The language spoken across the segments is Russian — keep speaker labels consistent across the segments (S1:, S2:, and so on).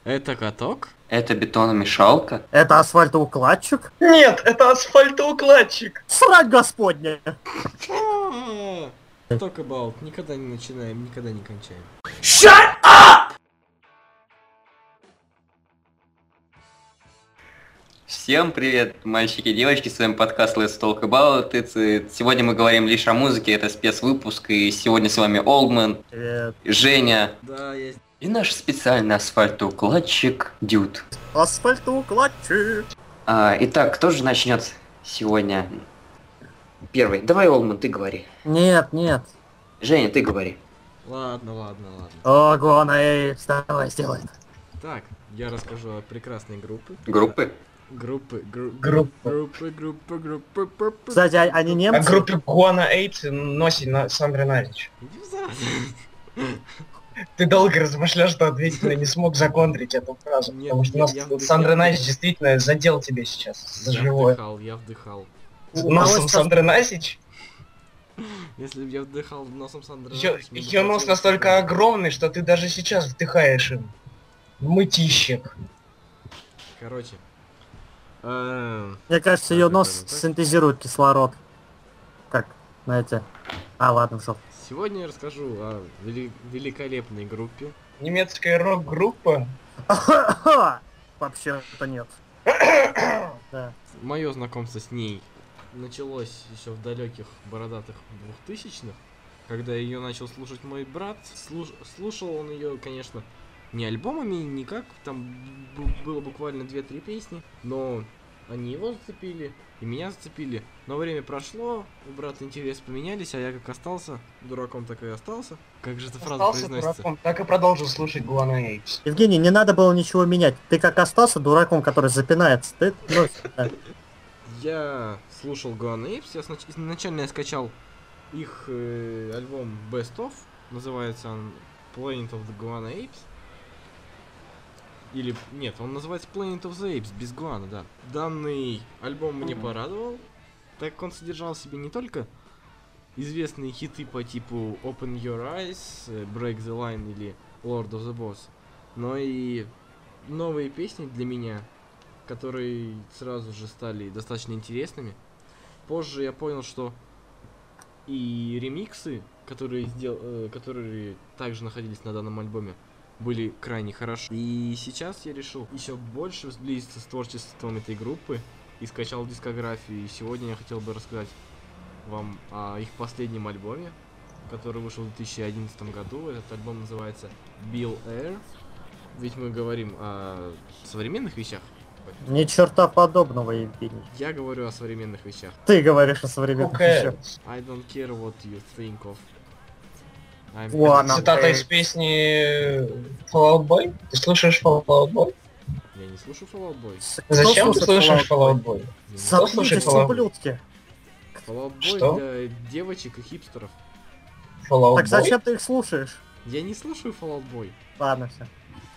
S1: Это каток?
S2: Это бетономешалка?
S3: Это асфальтоукладчик?
S4: Нет, это асфальтоукладчик.
S3: Срать господня!
S1: Talk about. Никогда не начинаем, никогда не кончаем.
S2: Всем привет, мальчики и девочки, с вами подкаст Let's Talk About It. Сегодня мы говорим лишь о музыке, это спецвыпуск, и сегодня с вами Олдман,
S3: Привет.
S2: Женя
S1: Да, есть.
S2: и наш специальный асфальтоукладчик Дюд.
S3: Асфальтоукладчик.
S2: Итак, кто же начнет сегодня? Первый. Давай, Олдман, ты говори.
S3: Нет.
S2: Женя, ты говори.
S1: Ладно.
S3: Ого, эй, давай, сделай это.
S1: Так, я расскажу о прекрасной группе.
S2: Группы?
S1: Группы.
S3: Кстати, они
S4: О
S3: немцы?
S4: группе Guana Apes носит на Сандра Назич.
S1: Иди в зад.
S4: Ты долго размышлял, что ответить, но не смог законтрить эту фразу.
S1: Нет,
S4: Потому что
S1: я
S4: у нас
S1: вдыхал.
S4: Сандра Назич действительно задел тебя сейчас за живое.
S1: Я вдыхал.
S4: Носом Сандра Назич?
S1: Если бы я вдыхал носом Сандра
S4: Ее нос настолько огромный, что ты даже сейчас вдыхаешь им. Мытищик.
S1: Короче.
S3: Мне кажется, ее нос синтезирует кислород. Как, знаете. Ладно, все.
S1: Сегодня я расскажу о великолепной группе.
S4: Немецкая рок-группа.
S3: Вообще-то нет. Да.
S1: Мое знакомство с ней началось еще в далеких бородатых 2000-х, когда ее начал слушать мой брат. Слушал он ее, конечно, не альбомами, никак, там было буквально 2-3 песни, но они его зацепили, и меня зацепили. Но время прошло, у брата интересы поменялись, а я как остался, дураком так и остался. Как же эта фраза
S4: Остался
S1: произносится?
S4: дураком, так и продолжил слушать Guana Apes.
S3: Евгений, не надо было ничего менять. Ты как остался дураком, который запинается. Ты
S1: Я слушал Guana Apes, изначально я скачал их альбом Best Of, называется он Planet of the Guana Apes. Или, нет, он называется Planet of the Apes, без Guana, да. Данный альбом мне порадовал, так как он содержал в себе не только известные хиты по типу Open Your Eyes, Break the Line или Lord of the Boss, но и новые песни для меня, которые сразу же стали достаточно интересными. Позже я понял, что и ремиксы, которые также находились на данном альбоме, были крайне хороши. И сейчас я решил еще больше сблизиться с творчеством этой группы и скачал дискографию. И сегодня я хотел бы рассказать вам о их последнем альбоме, который вышел в 2011 году. Этот альбом называется Bill Air. Ведь мы говорим о современных вещах.
S3: ни черта подобного, Евгений.
S1: Я говорю о современных вещах.
S3: Ты говоришь о современных вещах.
S1: I don't care what you think of.
S3: Ладно.
S4: Цитата из песни Fall Out Boy? Ты слушаешь Fall Out Boy?
S1: Я не слушаю Fall Out Boy.
S4: Зачем ты слушаешь Fall Out Boy?
S3: Заткнитесь,
S4: Fall Out Boy?
S3: ублюдки.
S1: Fall Out Boy
S4: Что?
S1: для девочек и хипстеров.
S4: Fall Out
S3: Так
S4: Boy?
S3: зачем ты их слушаешь?
S1: Я не слушаю Fall Out Boy.
S3: Ладно, все.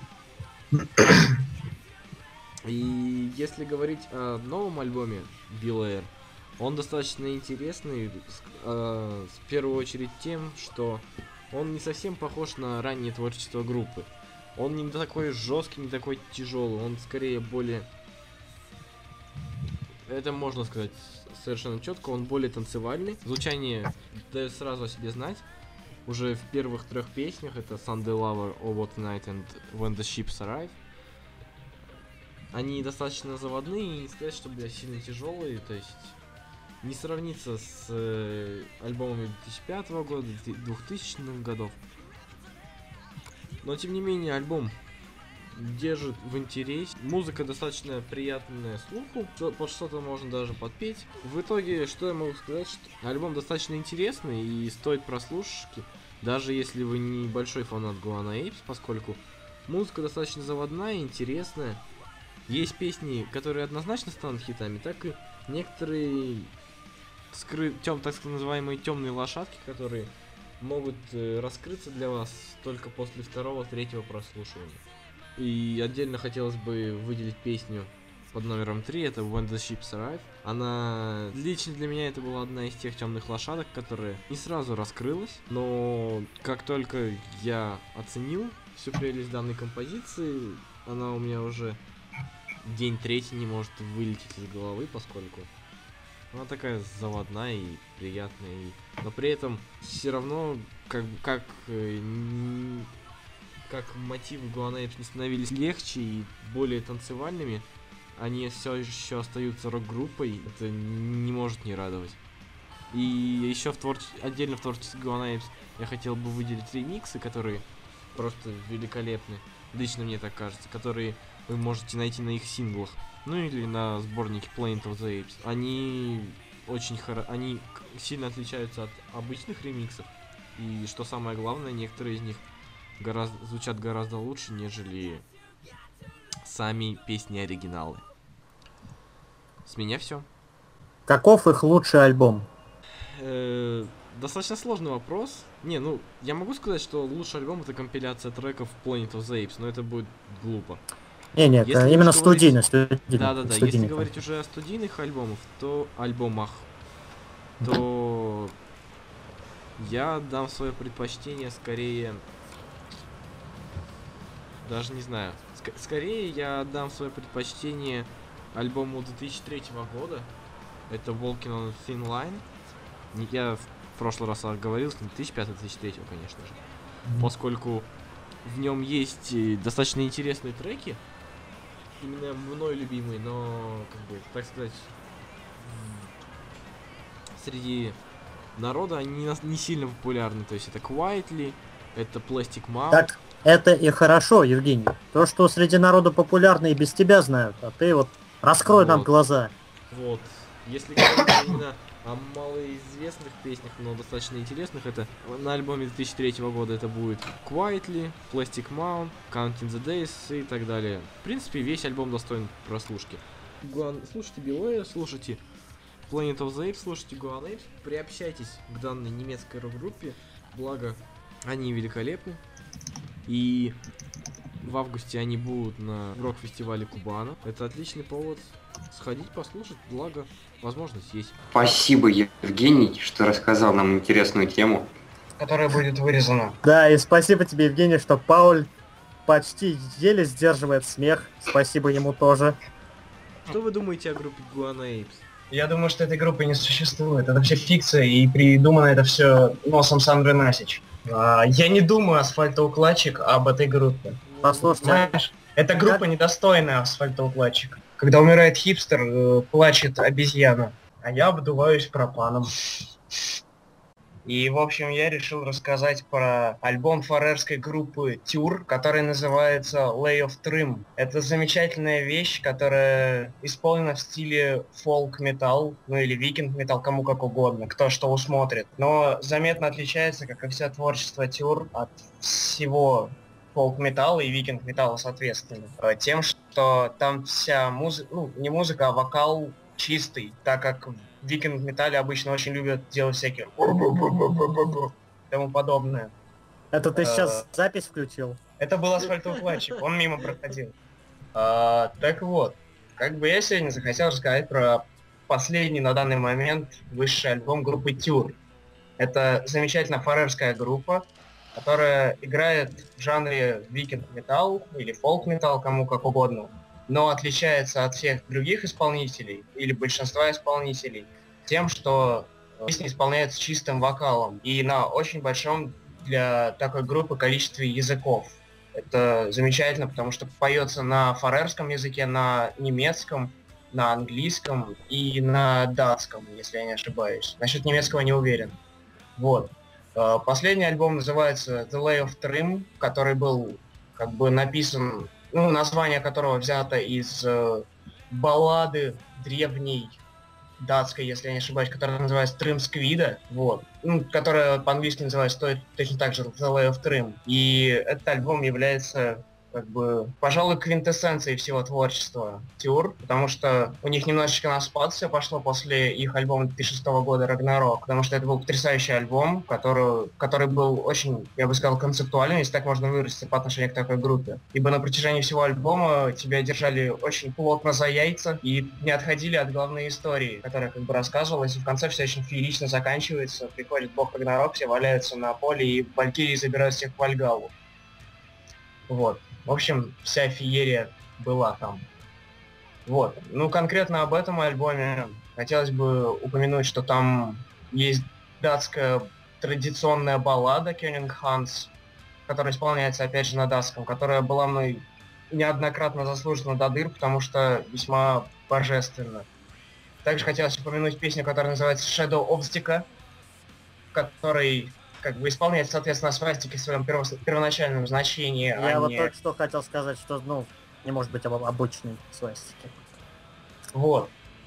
S1: И если говорить о новом альбоме Bill Air, он достаточно интересный, в первую очередь тем, что он не совсем похож на раннее творчество группы. Он не такой жесткий, не такой тяжелый, он скорее более... Это можно сказать совершенно четко, он более танцевальный. Звучание дает сразу о себе знать. Уже в первых 3 песнях, это Sunday Lover, Oh What a Night and When the Ships Arrive. Они достаточно заводные, и не сказать, чтобы сильно тяжелые, то есть не сравнится с альбомами 2005 года, 2000-х годов. Но тем не менее альбом держит в интересе. Музыка достаточно приятная слуху, под что-то можно даже подпеть. В итоге, что я могу сказать, что альбом достаточно интересный и стоит прослушки, даже если вы не большой фанат Guana Apes, поскольку музыка достаточно заводная, интересная. Есть песни, которые однозначно станут хитами, так и некоторые так называемые темные лошадки, которые могут раскрыться для вас только после 2-3 прослушивания. И отдельно хотелось бы выделить песню под номером 3, это When the Ships Arrive. Она лично для меня это была одна из тех темных лошадок, которая не сразу раскрылась, но как только я оценил всю прелесть данной композиции, она у меня уже день третий не может вылететь из головы, поскольку она такая заводная и приятная, но при этом все равно как мотивы Guana Apes не становились легче и более танцевальными, они все еще остаются рок-группой, это не может не радовать. И еще отдельно в творчестве Guana Apes я хотел бы выделить ремиксы, которые просто великолепны, лично мне так кажется, которые вы можете найти на их синглах, ну или на сборнике Planet of the Apes. Они сильно отличаются от обычных ремиксов, и что самое главное, некоторые из них звучат гораздо лучше, нежели сами песни-оригиналы. С меня все.
S3: Каков их лучший альбом?
S1: Достаточно сложный вопрос. Я могу сказать, что лучший альбом это компиляция треков Planet of the Apes, но это будет глупо.
S3: Нет,
S1: Если
S3: именно
S1: уж говорить-
S3: студийный.
S1: Да-да-да, если
S3: студийный.
S1: говорить уже о студийных альбомах, то я дам свое предпочтение скорее... Даже не знаю. Скорее я дам свое предпочтение альбому 2003 года. Это Walking on a Thin Line. Я в прошлый раз говорил, 2005-2003, конечно же. Поскольку в нем есть достаточно интересные треки, именно мной любимые, но, так сказать, среди народа они не сильно популярны. То есть это Quietly, это Plastic Mouth.
S3: Так, это и хорошо, Евгений. То, что среди народа популярно, и без тебя знают, а ты вот раскрой нам
S1: Вот.
S3: глаза.
S1: Вот. Если говорить именно о малоизвестных песнях, но достаточно интересных, это на альбоме 2003 года это будет Quietly, Plastic Mount, Counting the Days и так далее. В принципе, весь альбом достоин прослушки. Слушайте Beware, слушайте Planet of the Apes, слушайте Guana Apes, приобщайтесь к данной немецкой рок-группе, благо они великолепны. И в августе они будут на рок-фестивале Кубана. Это отличный повод сходить послушать, благо возможность есть.
S2: Спасибо, Евгений, что рассказал нам интересную тему.
S4: Которая будет вырезана.
S3: Да, и спасибо тебе, Евгений, что Пауль почти еле сдерживает смех. Спасибо ему тоже.
S1: Что вы думаете о группе Guana Apes?
S4: Я думаю, что этой группы не существует. Это все фикция, и придумано это все носом Сандры Насич. Я не думаю, асфальтоукладчик, об этой группе.
S3: Послушайте,
S4: Понимаешь? Эта группа недостойная асфальтоукладчика. Когда умирает хипстер, плачет обезьяна. А я обдуваюсь пропаном. И, в общем, я решил рассказать про альбом фарерской группы Тюр, который называется Lay of Trim. Это замечательная вещь, которая исполнена в стиле фолк-металл, ну или викинг-металл, кому как угодно, кто что усмотрит. Но заметно отличается, как и все творчество Тюр, от всего фолк-металла и викинг-металла, соответственно. Тем, что там вся музыка, не музыка, а вокал чистый, так как в викинг-металле обычно очень любят делать всякие и тому подобное.
S3: это ты сейчас запись включил?
S4: Это был асфальтоукладчик, он мимо проходил. Так вот, я сегодня захотел рассказать про последний на данный момент высший альбом группы Тюр. Это замечательная фарерская группа, которая играет в жанре викинг-металл или фолк-металл, кому как угодно, но отличается от всех других исполнителей или большинства исполнителей тем, что песни исполняются чистым вокалом и на очень большом для такой группы количестве языков. Это замечательно, потому что поется на фарерском языке, на немецком, на английском и на датском, если я не ошибаюсь. Насчет немецкого не уверен. Вот. Последний альбом называется The Lay of Trim, который был написан, название которого взято из баллады древней датской, если я не ошибаюсь, которая называется Trim Squida, вот, которая по-английски называется точно так же The Lay of Trim. И этот альбом является пожалуй, квинтэссенцией всего творчества Тюр, потому что у них немножечко на спад все пошло после их альбома 2006 года Ragnarok, потому что это был потрясающий альбом, который был очень, я бы сказал, концептуальный, если так можно выразиться, по отношению к такой группе. Ибо на протяжении всего альбома тебя держали очень плотно за яйца и не отходили от главной истории, которая рассказывалась, и в конце все очень феерично заканчивается, приходит бог Ragnarok, все валяются на поле, и валькирии забирают всех в Вальгаллу. Вот. В общем, вся феерия была там. Вот. Ну, конкретно об этом альбоме хотелось бы упомянуть, что там есть датская традиционная баллада «Кёнинг Ханс», которая исполняется, опять же, на датском, которая была мной неоднократно заслужена до дыр, потому что весьма божественна. Также хотелось упомянуть песню, которая называется «Shadow Obstica», который как бы исполняет, соответственно, свастики в своем первоначальном значении,
S3: Я вот
S4: не...
S3: только что хотел сказать, что, ну, не может быть обычной свастики.
S4: Вот.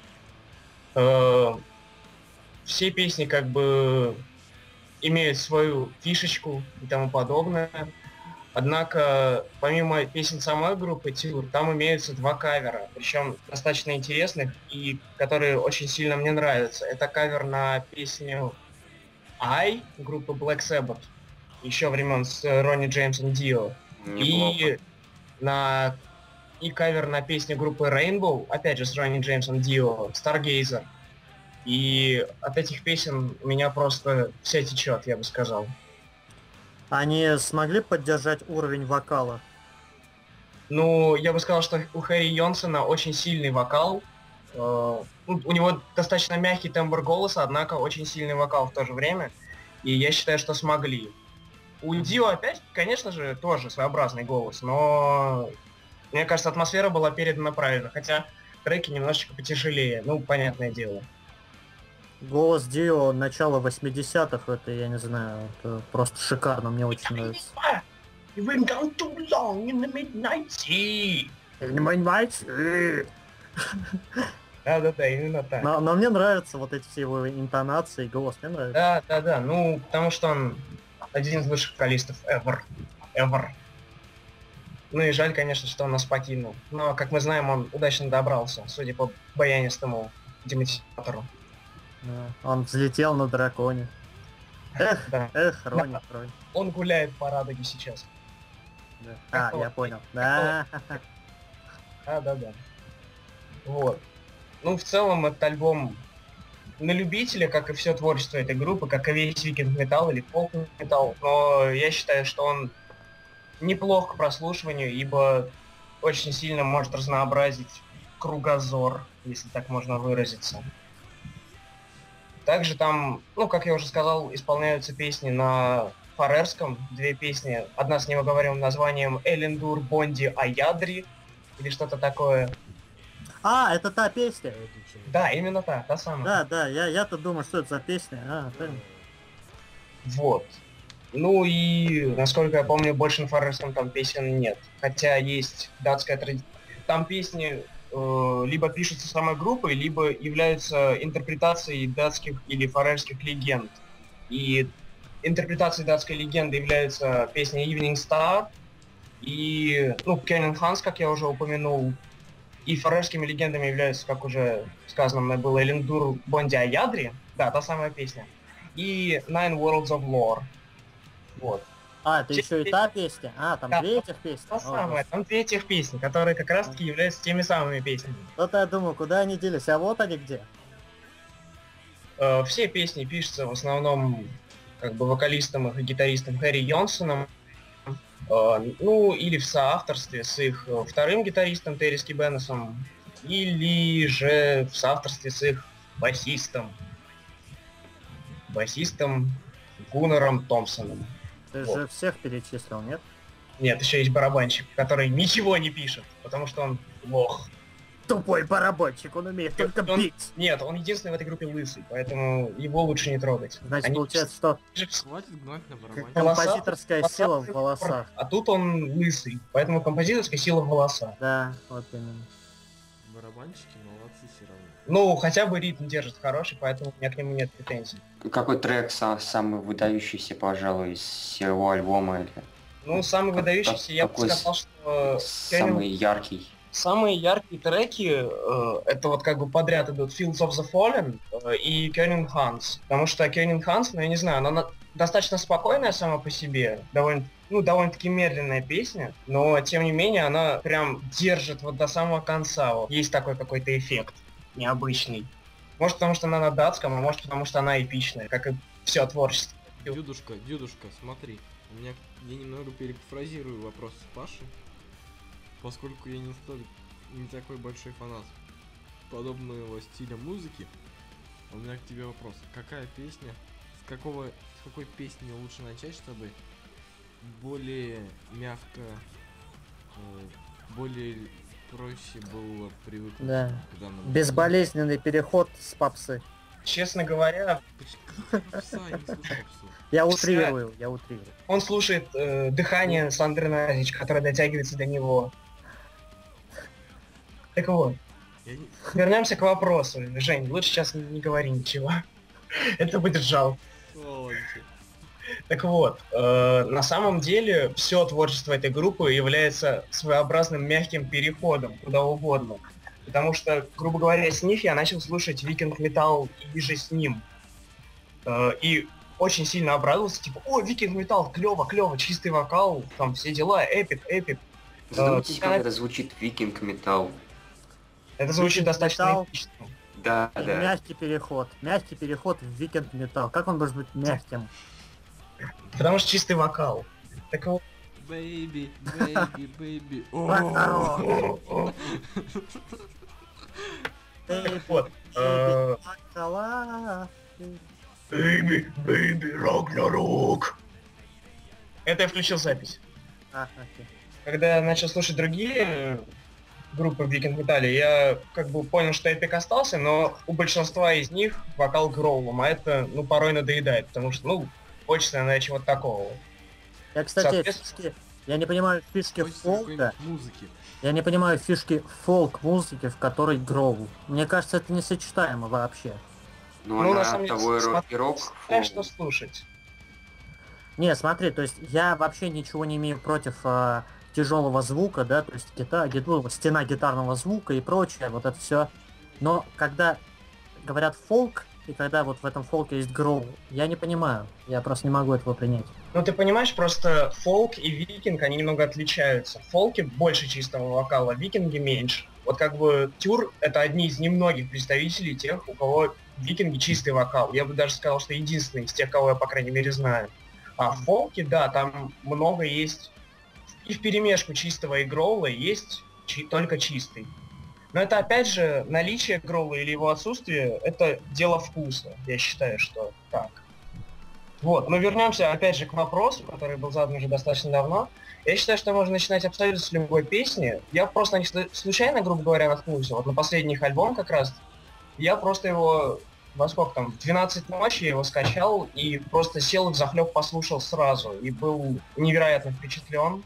S4: Все песни как бы имеют свою фишечку и тому подобное. Однако, помимо песен самой группы Тюр, там имеются два кавера, причем достаточно интересных и которые очень сильно мне нравятся. Это кавер на песню I группы Black Sabbath, еще времен с Ронни Джеймсом Дио. И кавер на песню группы Rainbow, опять же с Ронни Джеймсом Дио, Stargazer. И от этих песен у меня просто вся течет, я бы сказал.
S3: Они смогли поддержать уровень вокала?
S4: Ну, я бы сказал, что у Хэри Йонсена очень сильный вокал. У него достаточно мягкий тембр голоса, однако очень сильный вокал в то же время. И я считаю, что смогли. У Дио опять, конечно же, тоже своеобразный голос, но мне кажется, атмосфера была передана правильно, хотя треки немножечко потяжелее, ну, понятное дело.
S3: Голос Дио начала 80-х, это, я не знаю, это просто шикарно, мне очень нравится.
S4: You've been gone too long in the midnight sea.
S3: Не понимаете?
S4: Да-да-да, именно так.
S3: Но мне нравятся вот эти все его интонации, голос, мне нравится.
S4: Да, ну, потому что он один из лучших вокалистов ever. Ну и жаль, конечно, что он нас покинул. Но, как мы знаем, он удачно добрался, судя по баянистому демотиватору.
S3: Да. Он взлетел на драконе. Эх,
S4: Да.
S3: Ронни, Ронни.
S4: Он гуляет по Радуге сейчас.
S3: Да. Я понял. Да.
S4: Да. Вот. Ну, в целом, этот альбом на любителя, как и все творчество этой группы, как и весь Викинг Металл или Фолк Металл, но я считаю, что он неплох к прослушиванию, ибо очень сильно может разнообразить кругозор, если так можно выразиться. Также там, ну, как я уже сказал, исполняются песни на фарерском, две песни. Одна с невыговоримым названием «Элендур Бонди Аядри» или что-то такое.
S3: А, это та песня?
S4: Да, именно та самая.
S3: Да, я-то думаю, что это за песня.
S4: Вот. Ну и, насколько я помню, больше на фарерском там песен нет. Хотя есть датская традиция. Там песни либо пишутся самой группой, либо являются интерпретацией датских или фарерских легенд. И интерпретацией датской легенды является песня Evening Star и, ну, Кёнинг Ханс, как я уже упомянул. И фарерскими легендами являются, как уже сказано мной было, Элендур Бонди Аядри, да, та самая песня, и Nine Worlds of Lore. Вот.
S3: А, это еще и та песня? А, там
S4: Да,
S3: две этих песни?
S4: Та самая, там две этих песни, которые как раз таки являются теми самыми песнями.
S3: Вот я думаю, куда они делись, а вот они где?
S4: Все песни пишутся в основном как бы вокалистом и гитаристом Хэри Йонсоном, ну или в соавторстве с их вторым гитаристом Терри Скибенесом, или же в соавторстве с их басистом Гуннером Томпсоном.
S3: Ты
S4: Вот.
S3: же всех перечислил, нет?
S4: Нет, еще есть барабанщик, который ничего не пишет, потому что он лох.
S3: Тупой барабанщик, он умеет только
S4: Он-
S3: бить.
S4: Нет, он единственный в этой группе лысый, поэтому его лучше не трогать.
S3: Значит,
S4: Они
S3: получается, что
S1: Хватит гнать на барабане.
S4: Волоса-
S3: композиторская сила в волосах.
S4: А тут он лысый, поэтому композиторская сила в волосах.
S3: Да, вот именно.
S1: Барабанщики молодцы все равно.
S4: Ну, хотя бы ритм держит хороший, поэтому у меня к нему нет претензий.
S2: Какой трек самый выдающийся, пожалуй, из всего альбома? Или
S4: Ну, самый выдающийся, я бы
S2: какой
S4: сказал, что
S2: самый яркий?
S4: самые яркие треки, это вот как бы подряд идут Fields of the Fallen и Кёнинг Ханс. Потому что Кёнинг Ханс, ну я не знаю, она достаточно спокойная сама по себе, довольно-таки медленная песня, но тем не менее она прям держит вот до самого конца. Вот. Есть такой какой-то эффект необычный. Может потому что она на датском, а может потому что она эпичная, как и все творчество.
S1: Дюдушка, смотри. Я немного перефразирую вопрос Паши. поскольку я не такой большой фанат подобного стиля музыки, у меня к тебе вопрос. Какая песня, с какой песни лучше начать, чтобы более мягко, более проще было привыкнуть
S3: Да.
S1: к данному?
S3: Безболезненный переход с попсы.
S4: Честно говоря,
S1: Как попса, я не слушаю попсу.
S3: Я
S4: Кстати.
S3: утрирую.
S4: он слушает дыхание Сандры Назич, которое дотягивается до него. Так вот,
S1: Я не...
S4: вернемся к вопросу. Жень, лучше сейчас не говори ничего. Это будет жалко.
S1: Сволочи.
S4: Так вот, на самом деле все творчество этой группы является своеобразным мягким переходом куда угодно. Потому что, грубо говоря, с них я начал слушать Викинг Металл и же с ним. И очень сильно обрадовался, типа, о, Викинг Металл, клево, клево, чистый вокал, там все дела, эпик.
S2: Задумайтесь, как это звучит Викинг Металл.
S4: Это звучит
S3: Викинг
S4: достаточно
S3: Металл.
S4: эпично.
S2: Да,
S3: И
S2: да.
S3: мягкий переход в Викинг Металл. Как он может быть мягким?
S4: Потому что чистый вокал. Так вот,
S1: Бэйби.
S4: так вот.
S3: Вокала.
S4: Baby, Рагнарок. Это я включил запись.
S3: Окей.
S4: Когда я начал слушать другие группы в Викинг Металле, я как бы понял, что эпик остался, но у большинства из них вокал гроулом, а это, ну, порой надоедает, потому что, ну, хочется, наверное, чего-то такого.
S3: Я, кстати,
S4: Соответственно-
S3: я не понимаю фишки
S1: Хочется
S3: фолка.
S1: какой-нибудь музыки.
S3: Я не понимаю фишки фолк-музыки, в которой гроул. Мне кажется, это несочетаемо вообще.
S2: Но
S4: Ну, на
S2: она
S4: самом деле,
S2: того и рок.
S4: знаешь, что слушать.
S3: Не, смотри, то есть я вообще ничего не имею против тяжелого звука, да, то есть стена гитарного звука и прочее, вот это все. Но когда говорят фолк, и когда вот в этом фолке есть гроул, я не понимаю, я просто не могу этого принять.
S4: Ну, ты понимаешь, просто фолк и викинг, они немного отличаются. В фолке больше чистого вокала, в викинге меньше. Вот как бы Тюр — это одни из немногих представителей тех, у кого в викинге чистый вокал. Я бы даже сказал, что единственный из тех, кого я, по крайней мере, знаю. А в фолке, да, там много есть и вперемешку чистого и гроула есть только чистый. Но это, опять же, наличие гроула или его отсутствие — это дело вкуса. Я считаю, что так. Вот, но вернемся опять же к вопросу, который был задан уже достаточно давно. Я считаю, что можно начинать абсолютно с любой песни. Я просто случайно, грубо говоря, наткнулся. Вот на последний их альбом как раз. Я просто его, во сколько там, в 12 ночи его скачал и просто сел и взахлеб послушал сразу. И был невероятно впечатлен.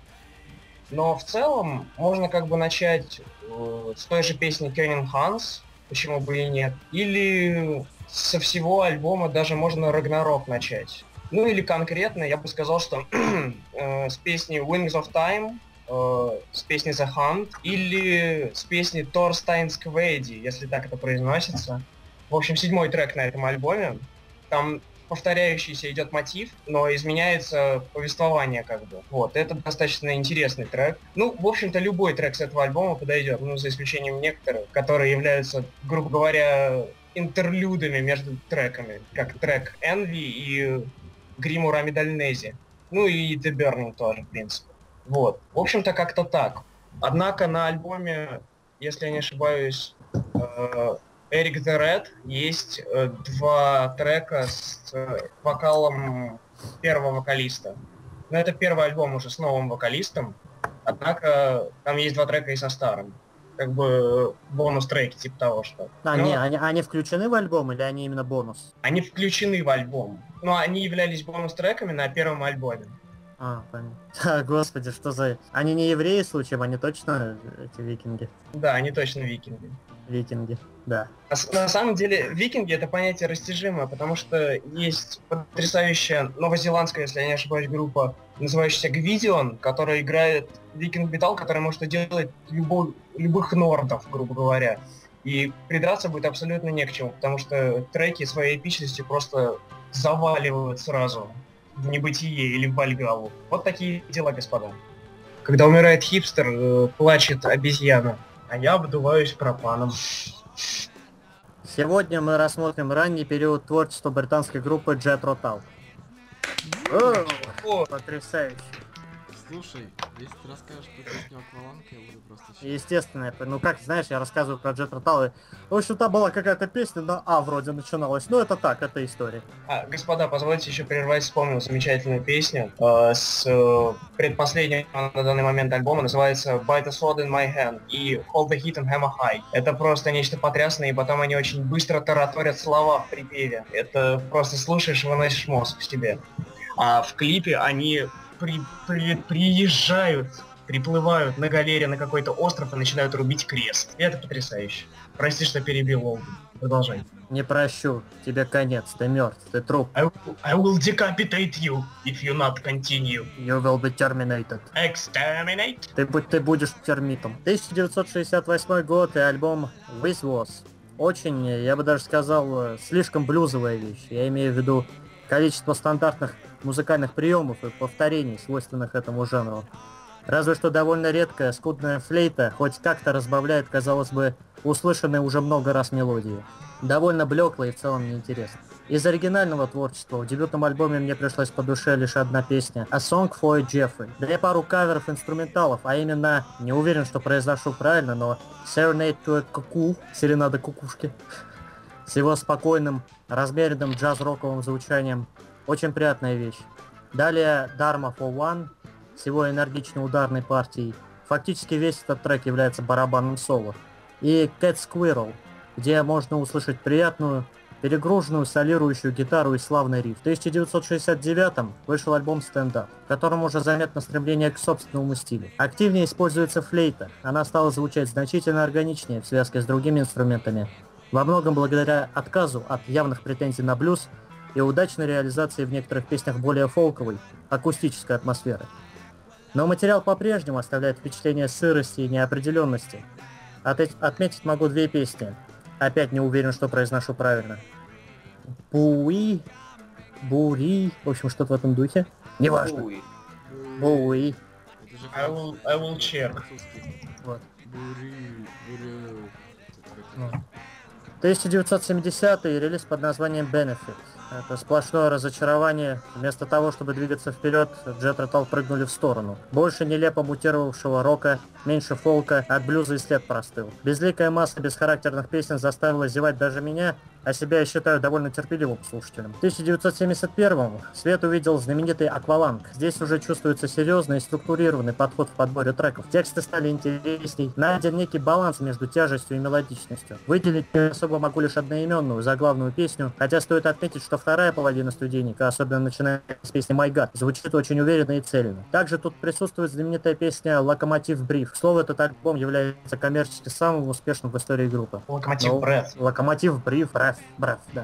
S4: Но в целом можно как бы начать с той же песни Кёнин Ханс, почему бы и нет. Или со всего альбома даже можно Рагнарок начать. Ну или конкретно я бы сказал, что с песни Wings of Time, с песни The Hunt, или с песни Thorstein Skvedi, если так это произносится. В общем, 7-й трек на этом альбоме. Там повторяющийся идет мотив, но изменяется повествование как бы. Вот, это достаточно интересный трек. Ну, в общем-то, любой трек с этого альбома подойдет, ну, за исключением некоторых, которые являются, грубо говоря, интерлюдами между треками, как трек Envy и Гриму Рамидальнези. Ну и The Burning тоже, в принципе. Вот. В общем-то, как-то так. Однако на альбоме, если я не ошибаюсь, Eric the Red есть 2 трека с вокалом первого вокалиста. Но это первый альбом уже с новым вокалистом. Однако там есть 2 трека и со старым. Как бы бонус-треки, типа того, что.
S3: Не, они включены в альбом или они именно бонус?
S4: Они включены в альбом. Но они являлись бонус-треками на первом альбоме.
S3: Понятно. Господи, что за... Они не евреи, случаем, они точно эти викинги?
S4: Да, они точно викинги.
S3: Викинги, да.
S4: На самом деле, викинги — это понятие растяжимое, потому что есть потрясающая новозеландская, если я не ошибаюсь, группа, называющаяся Гвидион, которая играет викинг-металл, который может делать любых нордов, грубо говоря. И придраться будет абсолютно не к чему, потому что треки своей эпичностью просто заваливают сразу в небытие или в Вальгаллу. Вот такие дела, господа. Когда умирает хипстер, плачет обезьяна, а я обдуваюсь пропаном.
S3: Сегодня мы рассмотрим ранний период творчества британской группы Jethro Tull. О,
S4: О,
S3: потрясающе.
S1: Слушай, если ты расскажешь про песню Акваланг, я буду просто счастлив.
S3: Естественно, ну как, знаешь, я рассказываю про Джет Ротал. В общем, там была какая-то песня на А вроде начиналась. Ну это так, это история.
S4: Господа, позвольте еще прервать, вспомнил замечательную песню с предпоследнего на данный момент альбома, называется Bite a Sword in My Hand и Hold the Heat and Hammer High. Это просто нечто потрясное, и потом они очень быстро тараторят слова в припеве. Это просто слушаешь и выносишь мозг в себе. А в клипе они приплывают на галере на какой-то остров и начинают рубить крест. И это потрясающе. Прости, что перебил, Олден. Продолжай.
S3: Не прощу, тебе конец, ты мертв, ты труп.
S4: I will decapitate you if you not continue.
S3: You will be terminated.
S4: Exterminate?
S3: Ты будешь термитом. 1968 год и альбом This Was. Очень, я бы даже сказал, слишком блюзовая вещь. Я имею в виду количество стандартных музыкальных приемов и повторений, свойственных этому жанру. Разве что довольно редкая, скудная флейта хоть как-то разбавляет, казалось бы, услышанные уже много раз мелодии. Довольно блекло и в целом неинтересно. Из оригинального творчества в дебютном альбоме мне пришлась по душе лишь одна песня «A Song for Jeffrey». Да и пару каверов инструменталов, а именно, не уверен, что произношу правильно, но «Serenade to a Cuckoo», «Серенада кукушки», с его спокойным, размеренным джаз-роковым звучанием. Очень приятная вещь. Далее Dharma for One с его энергичной ударной партией. Фактически весь этот трек является барабанным соло. И Cat Squirrel, где можно услышать приятную, перегруженную солирующую гитару и славный риф. В 1969-м вышел альбом Stand Up, в котором уже заметно стремление к собственному стилю. Активнее используется флейта, она стала звучать значительно органичнее в связке с другими инструментами, во многом благодаря отказу от явных претензий на блюз и удачной реализации в некоторых песнях более фолковой, акустической атмосферы. Но материал по-прежнему оставляет впечатление сырости и неопределенности. Отметить могу две песни. Опять не уверен, что произношу правильно. Буи, Бури, в общем, что-то в этом духе. Неважно. Буи.
S1: Это же
S4: I will check.
S1: французский.
S3: Вот.
S1: Бурю.
S3: 1970-й релиз под названием Benefit. Это сплошное разочарование. Вместо того, чтобы двигаться вперед, Джет Ротал прыгнули в сторону. Больше нелепо мутировавшего рока, меньше фолка, от блюза и след простыл. Безликая масса бесхарактерных песен заставила зевать даже меня, а себя я считаю довольно терпеливым слушателем. В 1971-м свет увидел знаменитый Акваланг. Здесь уже чувствуется серьезный и структурированный подход в подборе треков. Тексты стали интересней, найден некий баланс между тяжестью и мелодичностью. Выделить не особо могу лишь одноименную заглавную песню, хотя стоит отметить, что вторая половина студийника, особенно начиная с песни My God, звучит очень уверенно и цельно. Также тут присутствует знаменитая песня Locomotive Brief. К слову, этот альбом является коммерчески самым успешным в истории группы.
S4: Локомотив Breath.
S3: Locomotive Brief, Breath, да.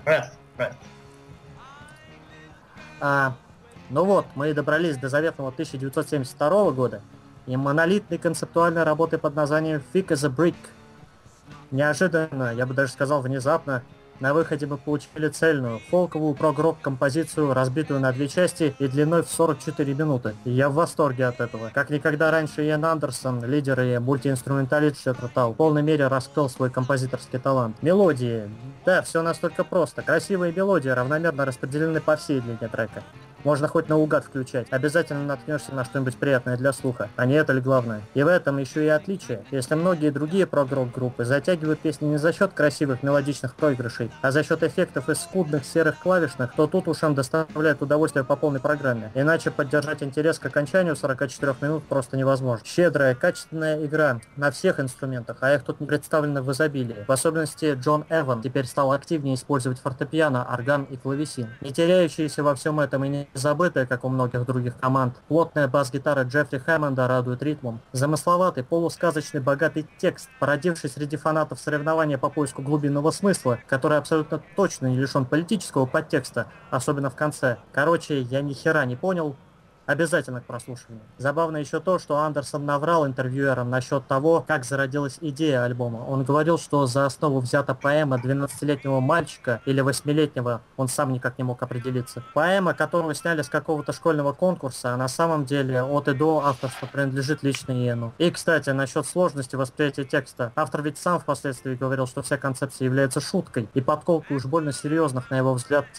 S4: Breath.
S3: Ну вот, мы добрались до заветного 1972 года и монолитной концептуальной работы под названием Thick as a Brick. Неожиданно, я бы даже сказал внезапно, на выходе мы получили цельную, фолковую прог-рок композицию, разбитую на две части и длиной в 44 минуты. И я в восторге от этого. Как никогда раньше Иэн Андерсон, лидер и мультиинструменталист Джет Ротал, в полной мере раскрыл свой композиторский талант. Мелодии. Да, все настолько просто. Красивые мелодии равномерно распределены по всей длине трека. Можно хоть наугад включать. Обязательно наткнешься на что-нибудь приятное для слуха. А не это ли главное? И в этом еще и отличие. Если многие другие прог-рок группы затягивают песни не за счет красивых мелодичных проигрышей, а за счет эффектов из скудных серых клавишных, то тут уж им доставляет удовольствие по полной программе. Иначе поддержать интерес к окончанию 44 минут просто невозможно. Щедрая, качественная игра на всех инструментах, а их тут не представлено в изобилии. В особенности Джон Эван теперь стал активнее использовать фортепиано, орган и клавесин. Не теряющиеся во всем этом и не забытая, как у многих других команд, плотная бас-гитара Джеффри Хэммонда радует ритмом. Замысловатый, полусказочный, богатый текст, породивший среди фанатов соревнования по поиску глубинного смысла, который абсолютно точно не лишен политического подтекста, особенно в конце. Короче, я ни хера не понял. Обязательно к прослушиванию. Забавно еще то, что Андерсон наврал интервьюерам насчет того, как зародилась идея альбома. Он говорил, что за основу взята поэма 12-летнего мальчика или 8-летнего, он сам никак не мог определиться. Поэма, которую сняли с какого-то школьного конкурса, а на самом деле от и до авторство принадлежит лично Иэну. И, кстати, насчет сложности восприятия текста. Автор ведь сам впоследствии говорил, что вся концепция является шуткой и подколкой уж больно серьезных, на его взгляд, тем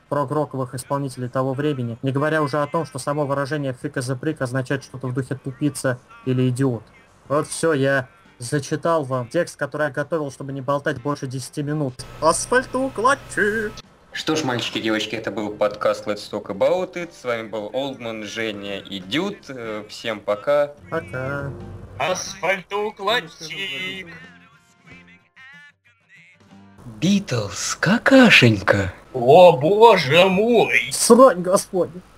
S3: прогроковых исполнителей того времени, не говоря уже о том, что само выражение «фиг из брик» означает что-то в духе «тупица» или «идиот». Вот все, я зачитал вам текст, который я готовил, чтобы не болтать больше 10 минут. Асфальтоукладчик!
S2: Что ж, мальчики и девочки, это был подкаст Let's Talk About It. С вами был Олдман, Женя и Дюд. Всем пока.
S3: Пока.
S4: Асфальтоукладчик!
S2: Битлз, какашенька.
S4: О боже мой!
S3: Срань, господи!